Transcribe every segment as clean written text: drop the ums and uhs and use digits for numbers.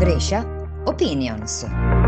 Brescia Opinions.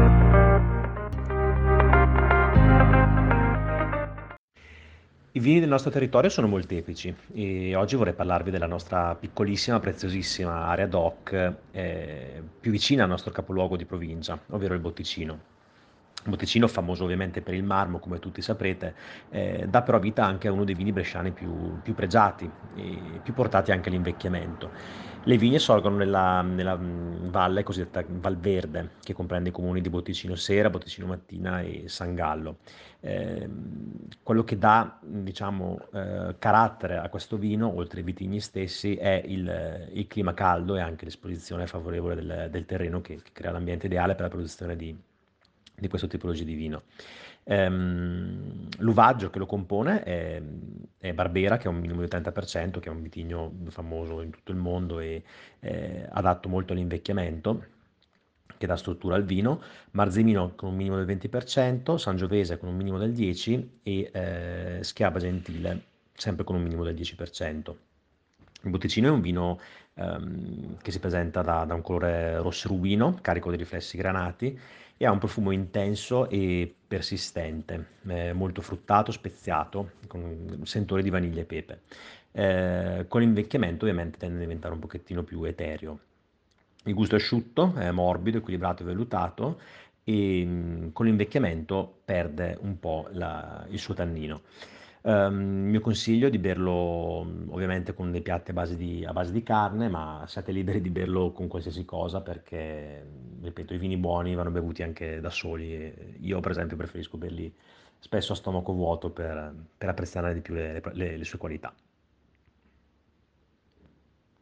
I vini del nostro territorio sono molteplici e oggi vorrei parlarvi della nostra piccolissima, preziosissima area DOC, più vicina al nostro capoluogo di provincia, ovvero il Botticino. Il Botticino, famoso ovviamente per il marmo, come tutti saprete, dà però vita anche a uno dei vini bresciani più pregiati e più portati anche all'invecchiamento. Le vigne sorgono nella valle cosiddetta Val Verde, che comprende i comuni di Botticino Sera, Botticino Mattina e San Gallo. Quello che dà, diciamo, carattere a questo vino, oltre ai vitigni stessi, è il clima caldo e anche l'esposizione favorevole del terreno che crea l'ambiente ideale per la produzione di questo tipologia di vino. L'uvaggio che lo compone è Barbera, che è un minimo del 30%, che è un vitigno famoso in tutto il mondo e adatto molto all'invecchiamento, che dà struttura al vino. Marzemino con un minimo del 20%, Sangiovese con un minimo del 10% e Schiava Gentile sempre con un minimo del 10%. Il Botticino è un vino che si presenta da un colore rosso rubino, carico di riflessi granati, e ha un profumo intenso e persistente, molto fruttato, speziato, con un sentore di vaniglia e pepe. Con l'invecchiamento ovviamente tende a diventare un pochettino più etereo. Il gusto è asciutto, è morbido, equilibrato e vellutato e con l'invecchiamento perde un po' il suo tannino. Il mio consiglio è di berlo ovviamente con dei piatti a base di carne, ma siate liberi di berlo con qualsiasi cosa perché, ripeto, i vini buoni vanno bevuti anche da soli. E io, per esempio, preferisco berli spesso a stomaco vuoto per apprezzare di più le sue qualità.